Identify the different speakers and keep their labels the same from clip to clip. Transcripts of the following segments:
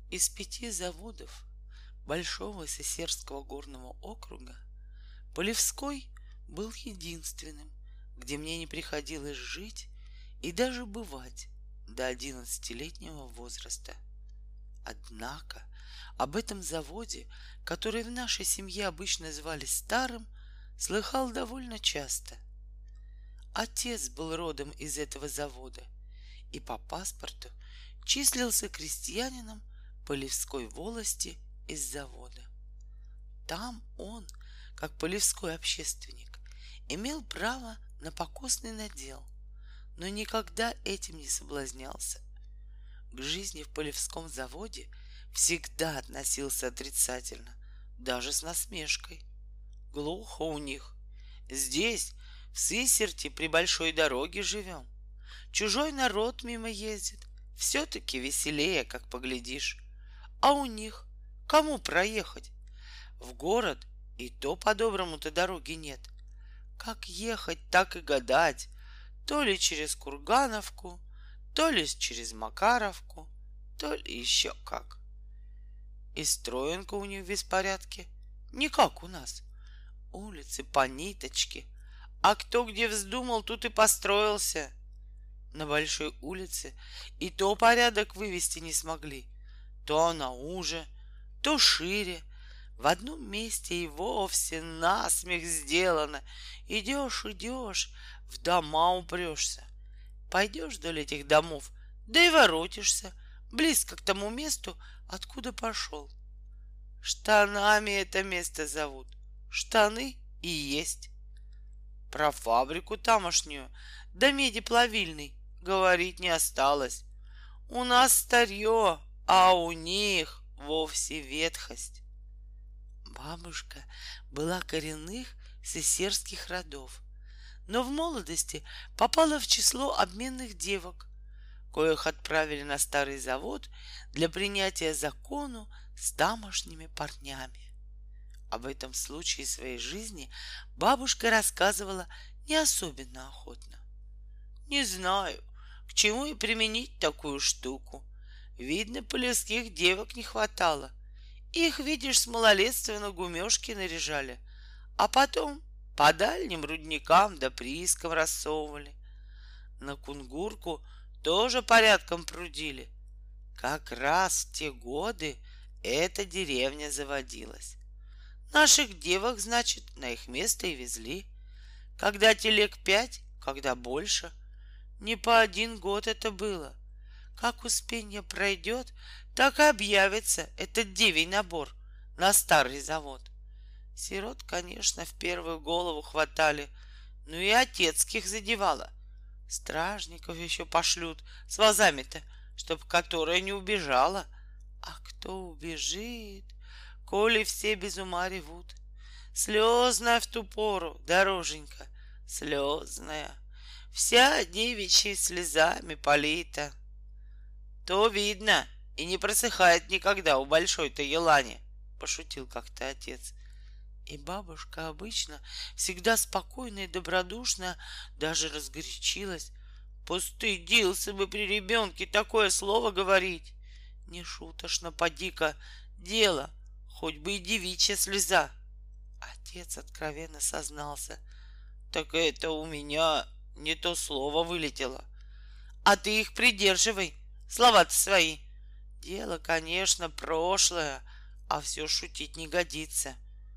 Speaker 1: Из 5 заводов Большого Сесерского горного округа Полевской был единственным, где мне не приходилось жить и даже бывать до 11-летнего возраста. Однако об этом заводе, который в нашей семье обычно звали Старым, слыхал довольно часто. Отец был родом из этого завода и по паспорту числился крестьянином Полевской волости из завода. Там он, как полевской общественник, имел право на покосный надел, но никогда этим не соблазнялся. К жизни в Полевском заводе всегда относился отрицательно, даже с насмешкой. Глухо у них. Здесь, в Сысерти, при большой дороге живем. Чужой народ мимо ездит. Все-таки веселее, как поглядишь. А у них кому проехать? В город и то по-доброму-то дороги нет. Как ехать, так и гадать. То ли через Кургановку, то ли через Макаровку, то ли еще как. И строенка у них в беспорядке. Не как у нас. Улицы по ниточке. А кто где вздумал, тут и построился. На большой улице и то порядок вывести не смогли. То она уже, то шире. В одном месте и вовсе насмех сделано. Идешь, в дома упрешься. Пойдешь вдоль этих домов, да и воротишься близко к тому месту, откуда пошел. Штанами это место зовут. Штаны и есть. Про фабрику тамошнюю, да меди плавильной, говорить не осталось. У нас старье, а у них вовсе ветхость. Бабушка была коренных сесерских родов, но в молодости попала в число обменных девок, коих отправили на старый завод для принятия закону с тамошними парнями. Об этом случае своей жизни бабушка рассказывала не особенно охотно. Не знаю, к чему и применить такую штуку. Видно, полевских девок не хватало. Их, видишь, с малолетства на гумешки наряжали, а потом по дальним рудникам да приискам рассовывали. На Кунгурку тоже порядком прудили. Как раз в те годы эта деревня заводилась. Наших девок, значит, на их место и везли. Когда телег 5, когда больше. Не по 1 год это было. Как успенье пройдет, так и объявится этот девий набор на старый завод. Сирот, конечно, в первую голову хватали, но и отецких задевало. Стражников еще пошлют с вазами-то, чтоб которая не убежала. А кто убежит, коли все без ума ревут? Слезная в ту пору, дороженька, слезная, вся девичьей слезами полита. То видно, и не просыхает никогда у большой-то елани, пошутил как-то отец. И бабушка обычно всегда спокойная и добродушная, даже разгорячилась. Постыдился бы при ребенке такое слово говорить. Не шутошно, поди-ка, дело, хоть бы и девичья слеза. Отец откровенно сознался. Так это у меня не то слово вылетело. А ты их придерживай, слова-то свои. Дело, конечно, прошлое, а все шутить не годится.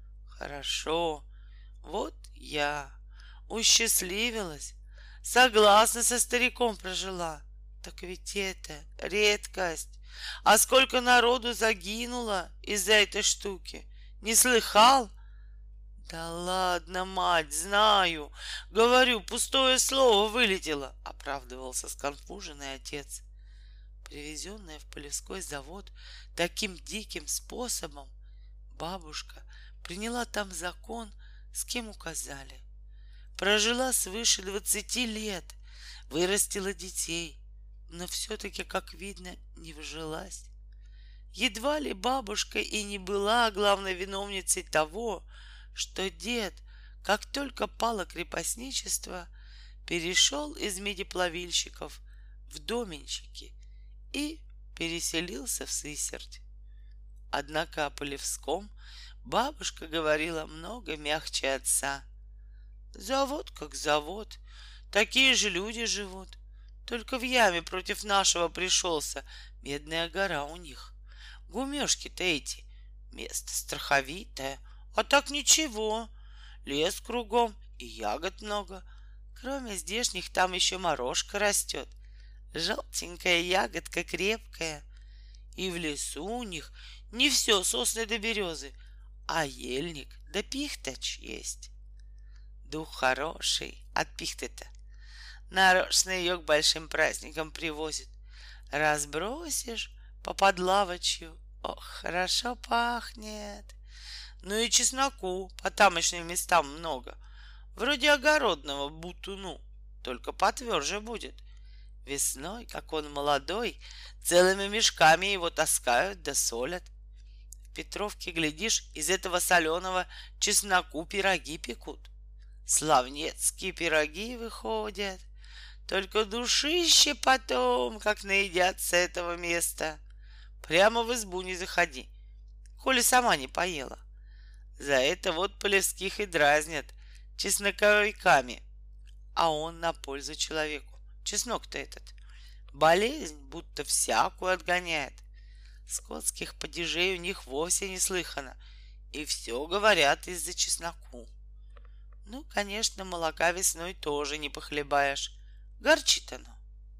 Speaker 1: Хорошо, вот я усчастливилась, согласна со стариком прожила. Так ведь это редкость. А сколько народу загинуло из-за этой штуки. Не слыхал? Да ладно, мать, знаю. Говорю, пустое слово вылетело, оправдывался сконфуженный отец. Привезенная в Полевской завод таким диким способом, бабушка приняла там закон, с кем указали. Прожила свыше 20 лет, вырастила детей, но все-таки, как видно, не вжилась. Едва ли бабушка и не была главной виновницей того, что дед, как только пало крепостничество, перешел из медиплавильщиков в доменщики и переселился в Сысерть. Однако о Полевском бабушка говорила много мягче отца. Завод как завод, такие же люди живут. Только в яме против нашего пришелся, Медная гора у них. Гумешки-то эти, место страховитое, а так ничего. Лес кругом и ягод много. Кроме здешних там еще морожка растет. Желтенькая ягодка крепкая. И в лесу у них не все сосны до березы, а ельник да пихтач есть. Дух хороший от пихты-то. Нарочно ее к большим праздникам привозят. Разбросишь по подлавочью, ох, хорошо пахнет. Ну и чесноку по тамошним местам много. Вроде огородного бутуну, только потверже будет. Весной, как он молодой, целыми мешками его таскают да солят. В Петровке, глядишь, из этого соленого чесноку пироги пекут. Славнецкие пироги выходят. Только душище потом, как наедятся этого места. Прямо в избу не заходи, коли сама не поела. За это вот Полевских и дразнят чесноковиками. А он на пользу человеку. Чеснок-то этот. Болезнь будто всякую отгоняет. Скотских падежей у них вовсе не слыхано. И все говорят из-за чесноку. Ну, конечно, молока весной тоже не похлебаешь. Горчит оно.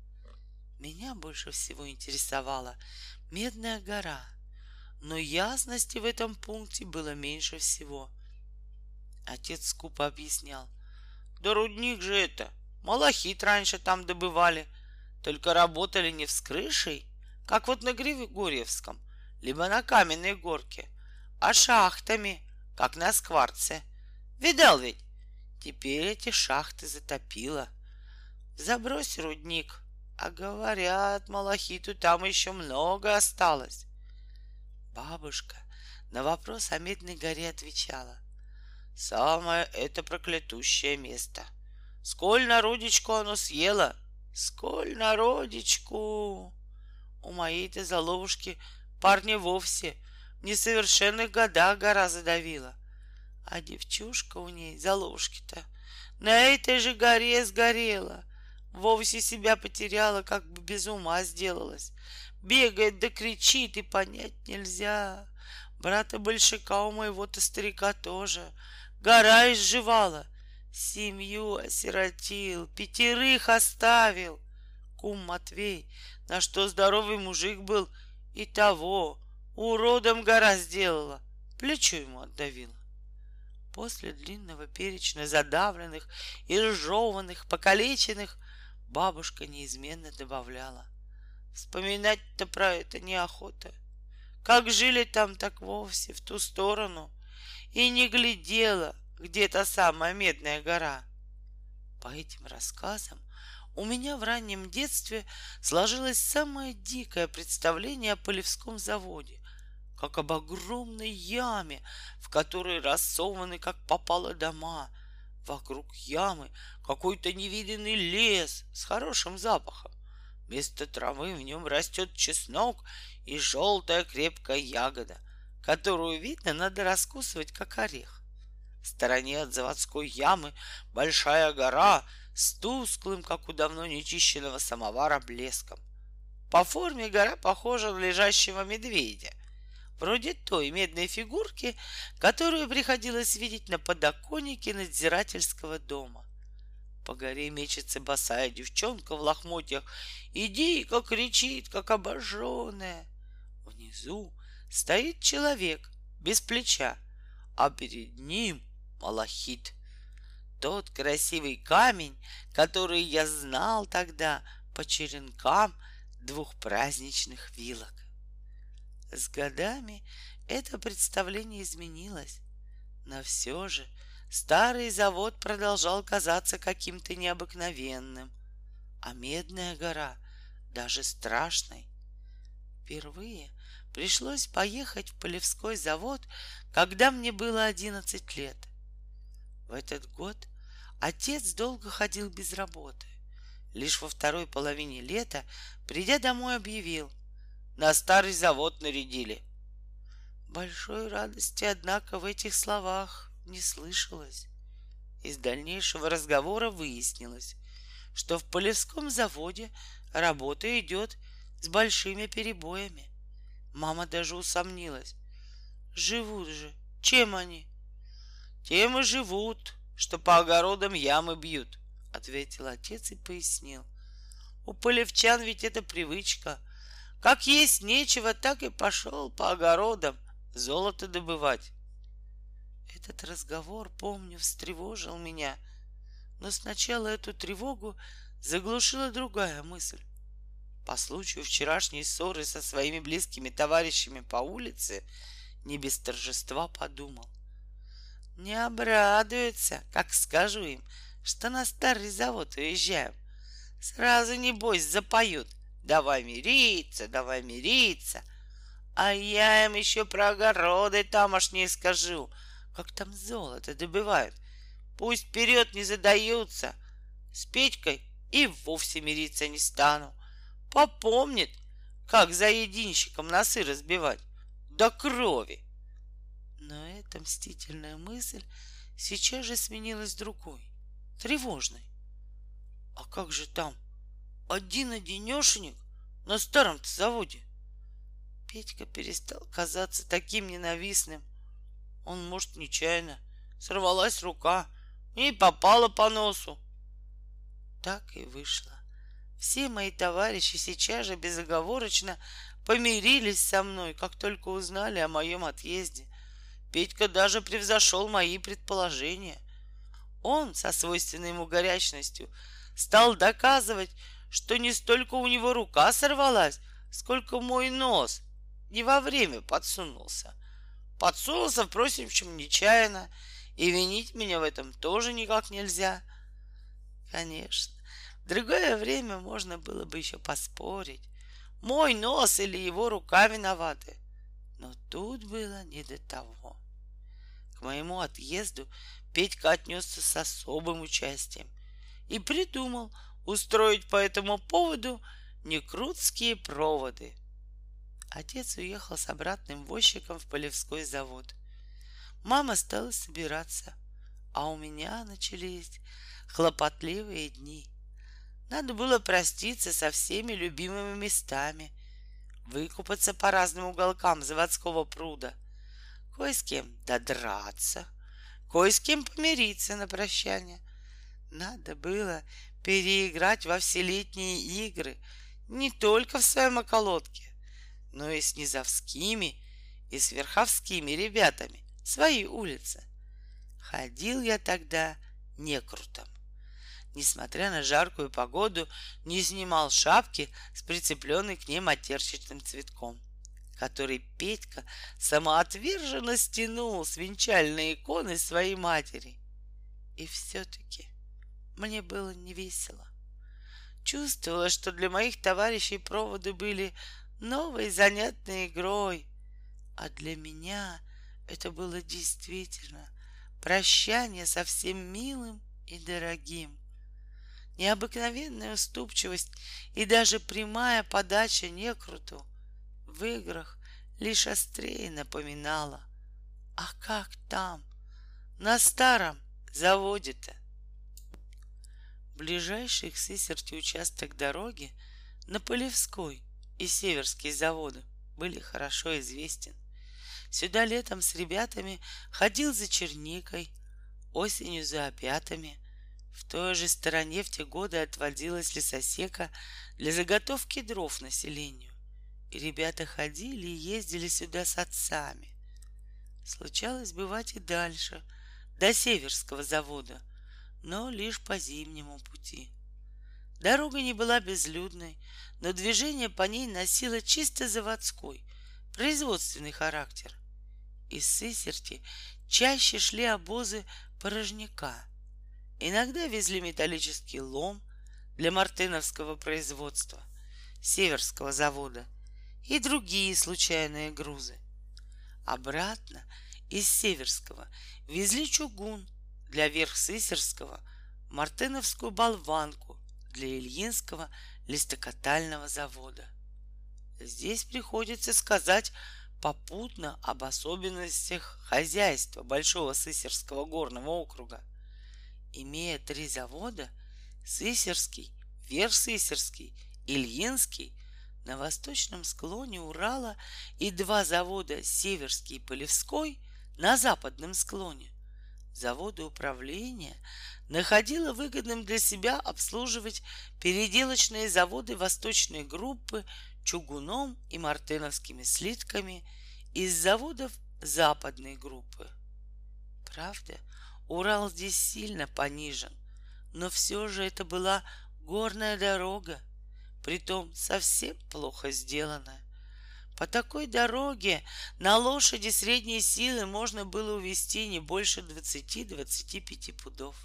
Speaker 1: Меня больше всего интересовала Медная гора, но ясности в этом пункте было меньше всего. Отец скупо объяснял. Да рудник же это, малахит раньше там добывали, только работали не вскрышей, как вот на Григорьевском, либо на Каменной горке, а шахтами, как на Скворце. Видал ведь? Теперь эти шахты затопило. Забрось рудник, а говорят, малахиту там еще много осталось. Бабушка на вопрос о Медной горе отвечала. Самое это проклятущее место. Сколь народичку оно съело, сколь народичку. У моей-то заловушки парня вовсе в несовершенных годах гора задавила. А девчушка у ней, заловушки-то, на этой же горе сгорела. Вовсе себя потеряла, как бы без ума сделалась. Бегает да кричит, и понять нельзя. Брата большака у моего-то старика тоже. Гора изживала. Семью осиротил, 5 оставил. Кум Матвей, на что здоровый мужик был, и того уродом гора сделала. Плечо ему отдавила. После длинного перечня задавленных, изжеванных, покалеченных бабушка неизменно добавляла. Вспоминать-то про это неохота. Как жили там, так вовсе в ту сторону. И не глядела, где та самая Медная гора. По этим рассказам у меня в раннем детстве сложилось самое дикое представление о Полевском заводе, как об огромной яме, в которой рассованы, как попало, дома. Вокруг ямы какой-то невиданный лес с хорошим запахом. Вместо травы в нем растет чеснок и желтая крепкая ягода, которую, видно, надо раскусывать, как орех. В стороне от заводской ямы большая гора с тусклым, как у давно нечищенного самовара, блеском. По форме гора похожа на лежащего медведя, вроде той медной фигурки, которую приходилось видеть на подоконнике надзирательского дома. По горе мечется босая девчонка в лохмотьях и дико кричит, как обожженная. Внизу стоит человек без плеча, а перед ним малахит. Тот красивый камень, который я знал тогда по черенкам 2 праздничных вилок. С годами это представление изменилось, но все же старый завод продолжал казаться каким-то необыкновенным, а Медная гора даже страшной. Впервые пришлось поехать в Полевской завод, когда мне было 11 лет. В этот год отец долго ходил без работы. Лишь во второй половине лета, придя домой, объявил: на старый завод нарядили. Большой радости, однако, в этих словах не слышалось. Из дальнейшего разговора выяснилось, что в Полевском заводе работа идет с большими перебоями. Мама даже усомнилась. Живут же. Чем они? Тем и живут, что по огородам ямы бьют, ответил отец и пояснил. У полевчан ведь это привычка. Как есть нечего, так и пошел по огородам золото добывать. Этот разговор, помню, встревожил меня, но сначала эту тревогу заглушила другая мысль. По случаю вчерашней ссоры со своими близкими товарищами по улице не без торжества подумал. Не обрадуются, как скажу им, что на старый завод уезжаем. Сразу, небось, запоют. Давай мириться, давай мириться. А я им еще про огороды тамошние скажу, как там золото добывают. Пусть вперед не задаются. С Петькой и вовсе мириться не стану. Попомнит, как за единщиком носы разбивать. До крови. Но эта мстительная мысль сейчас же сменилась другой, тревожной. А как же там один-одинешенек на старом-то заводе? Петька перестал казаться таким ненавистным. Он, может, нечаянно сорвалась рука и попала по носу. Так и вышло. Все мои товарищи сейчас же безоговорочно помирились со мной, как только узнали о моем отъезде. Петька даже превзошел мои предположения. Он со свойственной ему горячностью стал доказывать, что не столько у него рука сорвалась, сколько мой нос не во время подсунулся. Подсунулся, впрочем, нечаянно, и винить меня в этом тоже никак нельзя. Конечно, в другое время можно было бы еще поспорить, мой нос или его рука виноваты. Но тут было не до того. К моему отъезду Петька отнесся с особым участием и придумал устроить по этому поводу некрутские проводы. Отец уехал с обратным возчиком в Полевской завод. Мама стала собираться, а у меня начались хлопотливые дни. Надо было проститься со всеми любимыми местами, выкупаться по разным уголкам заводского пруда, кое с кем додраться, кое с кем помириться на прощание. Надо было переиграть во все летние игры не только в своем околотке, но и с низовскими и с верховскими ребятами своей улицы. Ходил я тогда некрутом. Несмотря на жаркую погоду, не снимал шапки с прицепленной к ней матерчатым цветком, который Петька самоотверженно стянул с венчальной иконы своей матери. И все-таки мне было не весело. Чувствовала, что для моих товарищей проводы были новой занятной игрой, а для меня это было действительно прощание со всем милым и дорогим. Необыкновенная уступчивость и даже прямая подача некруту в играх лишь острее напоминала. А как там, на старом заводе-то? Ближайший к Сысерти участок дороги на Полевской и Северские заводы были хорошо известен. Сюда летом с ребятами ходил за черникой, осенью за опятами. В той же стороне в те годы отводилась лесосека для заготовки дров населению, и ребята ходили и ездили сюда с отцами. Случалось бывать и дальше, до Северского завода, но лишь по зимнему пути. Дорога не была безлюдной, но движение по ней носило чисто заводской, производственный характер. Из Сысерти чаще шли обозы порожняка. Иногда везли металлический лом для мартыновского производства, Северского завода и другие случайные грузы. Обратно из Северского везли чугун для Верхсысерского, мартыновскую болванку для Ильинского листокатального завода. Здесь приходится сказать попутно об особенностях хозяйства Большого Сысерского горного округа. Имея 3 завода — Сысерский, Версысерский, Ильинский — на восточном склоне Урала и 2 завода Северский и Полевской на западном склоне, заводы управления находило выгодным для себя обслуживать переделочные заводы восточной группы чугуном и мартеновскими слитками из заводов западной группы. Правда, Урал здесь сильно понижен, но все же это была горная дорога, притом совсем плохо сделанная. По такой дороге на лошади средней силы можно было увезти не больше 20-25 пудов.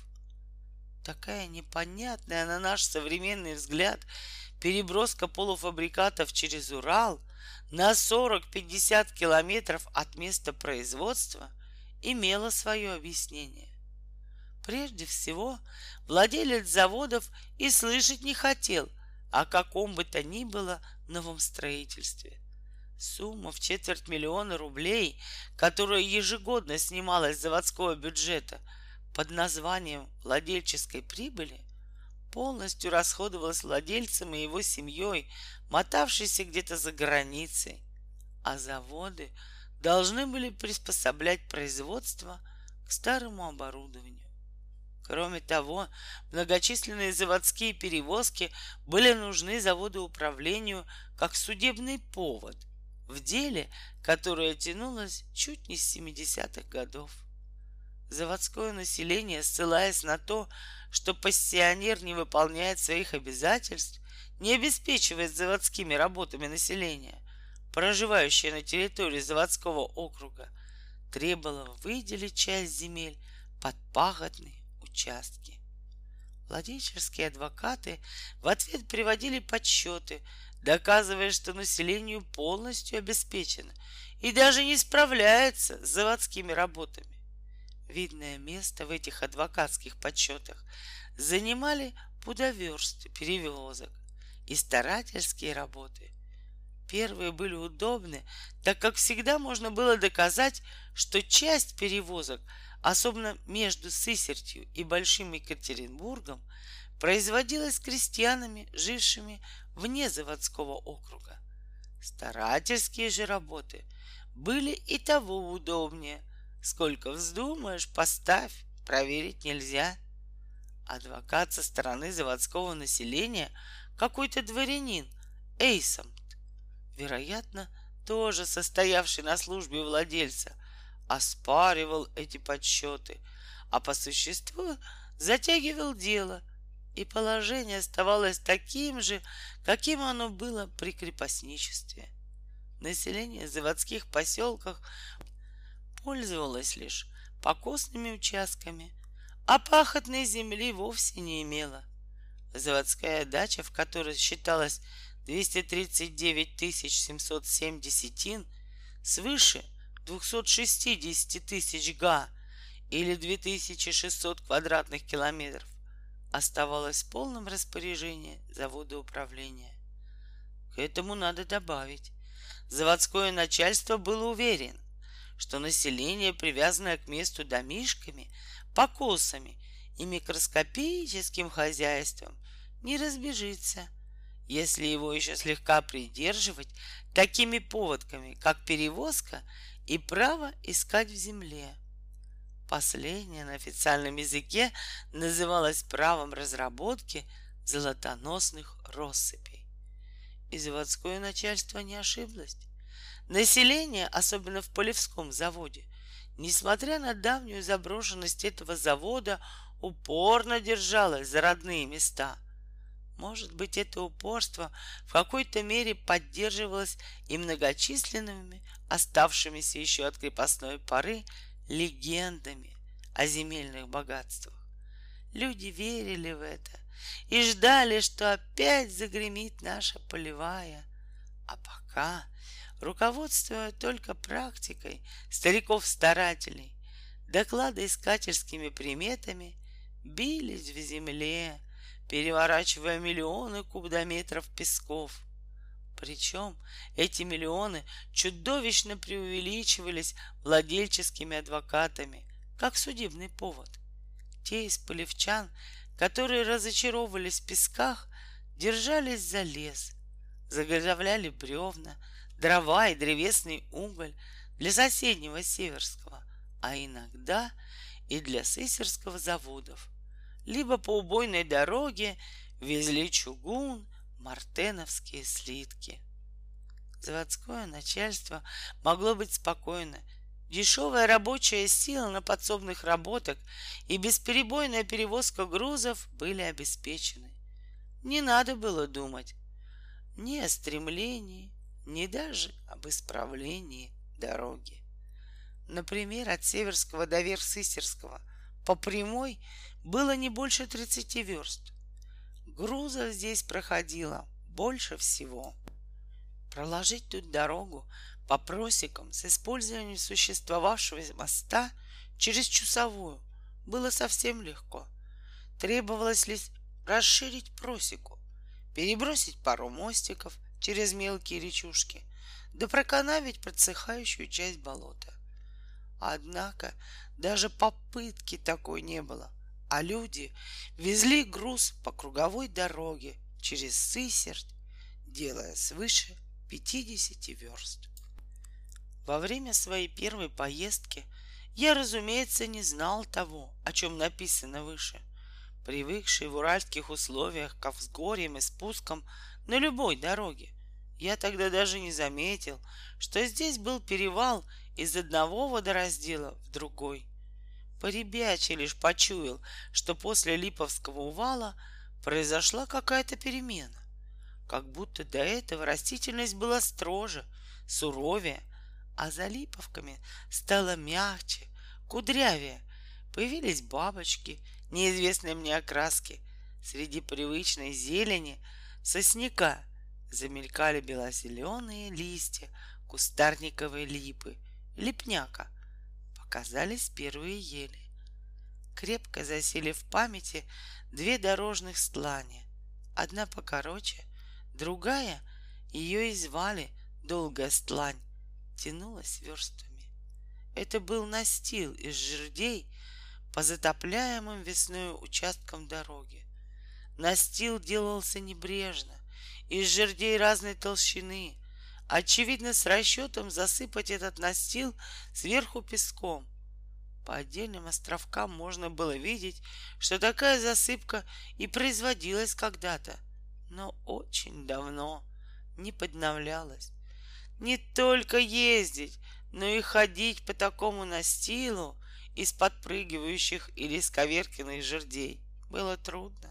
Speaker 1: Такая непонятная на наш современный взгляд переброска полуфабрикатов через Урал на 40-50 километров от места производства имела свое объяснение. Прежде всего, владелец заводов и слышать не хотел о каком бы то ни было новом строительстве. Сумма в 250 000 рублей, которая ежегодно снималась с заводского бюджета под названием владельческой прибыли, полностью расходовалась владельцем и его семьей, мотавшейся где-то за границей, а заводы должны были приспособлять производство к старому оборудованию. Кроме того, многочисленные заводские перевозки были нужны заводоуправлению как судебный повод в деле, которое тянулось чуть не с 70-х годов. Заводское население, ссылаясь на то, что пассионер не выполняет своих обязательств, не обеспечивает заводскими работами население, проживающее на территории заводского округа, требовало выделить часть земель под пахотные участки. Владельческие адвокаты в ответ приводили подсчеты, доказывая, что населению полностью обеспечено и даже не справляется с заводскими работами. Видное место в этих адвокатских подсчетах занимали пудоверсты перевозок и старательские работы. Первые были удобны, так как всегда можно было доказать, что часть перевозок, особенно между Сысертью и Большим Екатеринбургом, производилась крестьянами, жившими вне заводского округа. Старательские же работы были и того удобнее. Сколько вздумаешь, поставь, проверить нельзя. Адвокат со стороны заводского населения, какой-то дворянин, Эйсом, вероятно, тоже состоявший на службе владельца, оспаривал эти подсчеты, а по существу затягивал дело, и положение оставалось таким же, каким оно было при крепостничестве. Население в заводских поселках пользовалось лишь покосными участками, а пахотной земли вовсе не имело. Заводская дача, в которой считалось 239 707 десятин, свыше 260 тысяч га или 2600 квадратных километров, оставалась в полном распоряжении завода управления. К этому надо добавить, заводское начальство было уверено, что население, привязанное к месту домишками, покосами и микроскопическим хозяйством, не разбежится, если его еще слегка придерживать такими поводками, как перевозка и право искать в земле. Последнее на официальном языке называлось правом разработки золотоносных россыпей. И заводское начальство не ошиблось. Население, особенно в Полевском заводе, несмотря на давнюю заброшенность этого завода, упорно держалось за родные места. Может быть, это упорство в какой-то мере поддерживалось и многочисленными, оставшимися еще от крепостной поры, легендами о земельных богатствах. Люди верили в это и ждали, что опять загремит наша полевая. А пока, руководствуя только практикой стариков-старателей, докладоискательскими приметами, бились в земле, переворачивая миллионы кубометров песков. Причем эти миллионы чудовищно преувеличивались владельческими адвокатами, как судебный повод. Те из полевчан, которые разочаровывались в песках, держались за лес, заготовляли бревна, дрова и древесный уголь для соседнего Северского, а иногда и для Сысерского заводов. Либо по убойной дороге везли чугун, мартеновские слитки. Заводское начальство могло быть спокойно. Дешевая рабочая сила на подсобных работах и бесперебойная перевозка грузов были обеспечены. Не надо было думать ни о стремлении, ни даже об исправлении дороги. Например, от Северского до Верх-Сысерского по прямой было не больше 30 верст. Грузов здесь проходило больше всего. Проложить тут дорогу по просекам с использованием существовавшего моста через Чусовую было совсем легко. Требовалось лишь расширить просеку, перебросить пару мостиков через мелкие речушки, да проканавить подсыхающую часть болота. Однако даже попытки такой не было, а люди везли груз по круговой дороге через Сысерть, делая свыше 50 верст. Во время своей первой поездки я, разумеется, не знал того, о чем написано выше. Привыкший в уральских условиях ко взгорьям и спускам на любой дороге, я тогда даже не заметил, что здесь был перевал из одного водораздела в другой. Поребячий лишь почуял, что после Липовского увала произошла какая-то перемена. Как будто до этого растительность была строже, суровее, а за Липовками стало мягче, кудрявее. Появились бабочки неизвестной мне окраски. Среди привычной зелени сосняка замелькали бело-зеленые листья кустарниковой липы, липняка. Показались первые ели. Крепко засели в памяти две дорожных стлани. Одна покороче, другая, ее и звали Долгая стлань, тянулась верстами. Это был настил из жердей по затопляемым весною участкам дороги. Настил делался небрежно, из жердей разной толщины, очевидно, с расчетом засыпать этот настил сверху песком. По отдельным островкам можно было видеть, что такая засыпка и производилась когда-то, но очень давно не подновлялась. Не только ездить, но и ходить по такому настилу из подпрыгивающих или сковеркиных жердей было трудно.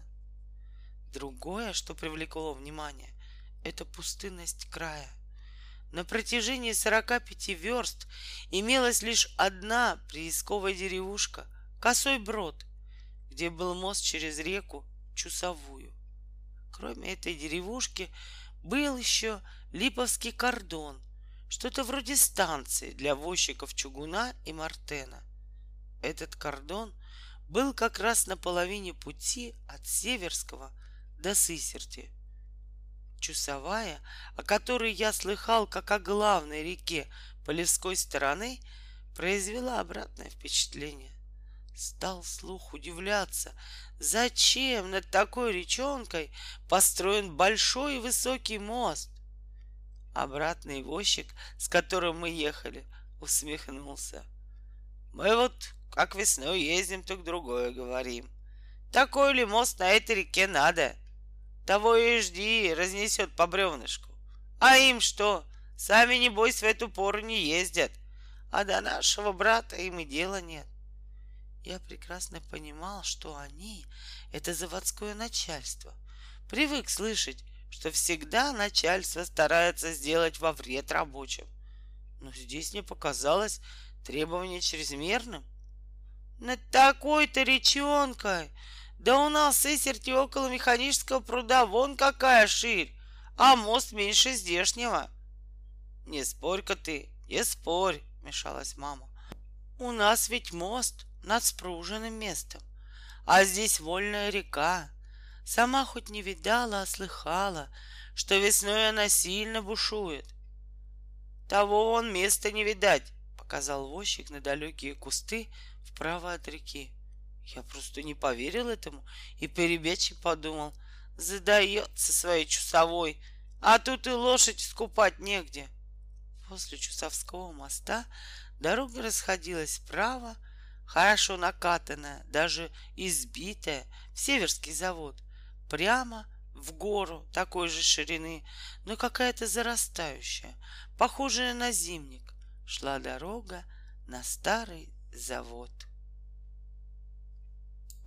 Speaker 1: Другое, что привлекло внимание, это пустынность края. На протяжении 45 верст имелась лишь одна приисковая деревушка, Косой Брод, где был мост через реку Чусовую. Кроме этой деревушки был еще Липовский кордон, что-то вроде станции для возчиков чугуна и мартена. Этот кордон был как раз на половине пути от Северского до Сысерти. Чусовая, о которой я слыхал как о главной реке Полевской стороны, произвела обратное впечатление. Стал слух удивляться, зачем над такой речонкой построен большой и высокий мост. Обратный возчик, с которым мы ехали, усмехнулся. Мы вот как весной ездим, так другое говорим. Такой ли мост на этой реке надо? Того и жди, разнесет по бревнышку. А им что? Сами, небось, в эту пору не ездят. А до нашего брата им и дела нет. Я прекрасно понимал, что они — это заводское начальство. Привык слышать, что всегда начальство старается сделать во вред рабочим. Но здесь мне показалось требование чрезмерным. Над такой-то речонкой! Да у нас в Сысерти около Механического пруда вон какая ширь, а мост меньше здешнего. Не спорь-ка ты, не спорь, мешалась мама. У нас ведь мост над спруженным местом, а здесь вольная река. Сама хоть не видала, а слыхала, что весной она сильно бушует. Того вон места не видать, показал возчик на далекие кусты вправо от реки. Я просто не поверил этому и перебедчик подумал, задается своей часовой, а тут и лошадь скупать негде. После Чусовского моста дорога расходилась вправо, хорошо накатанная, даже избитая, в Северский завод, прямо в гору такой же ширины, но какая-то зарастающая, похожая на зимник, шла дорога на старый завод.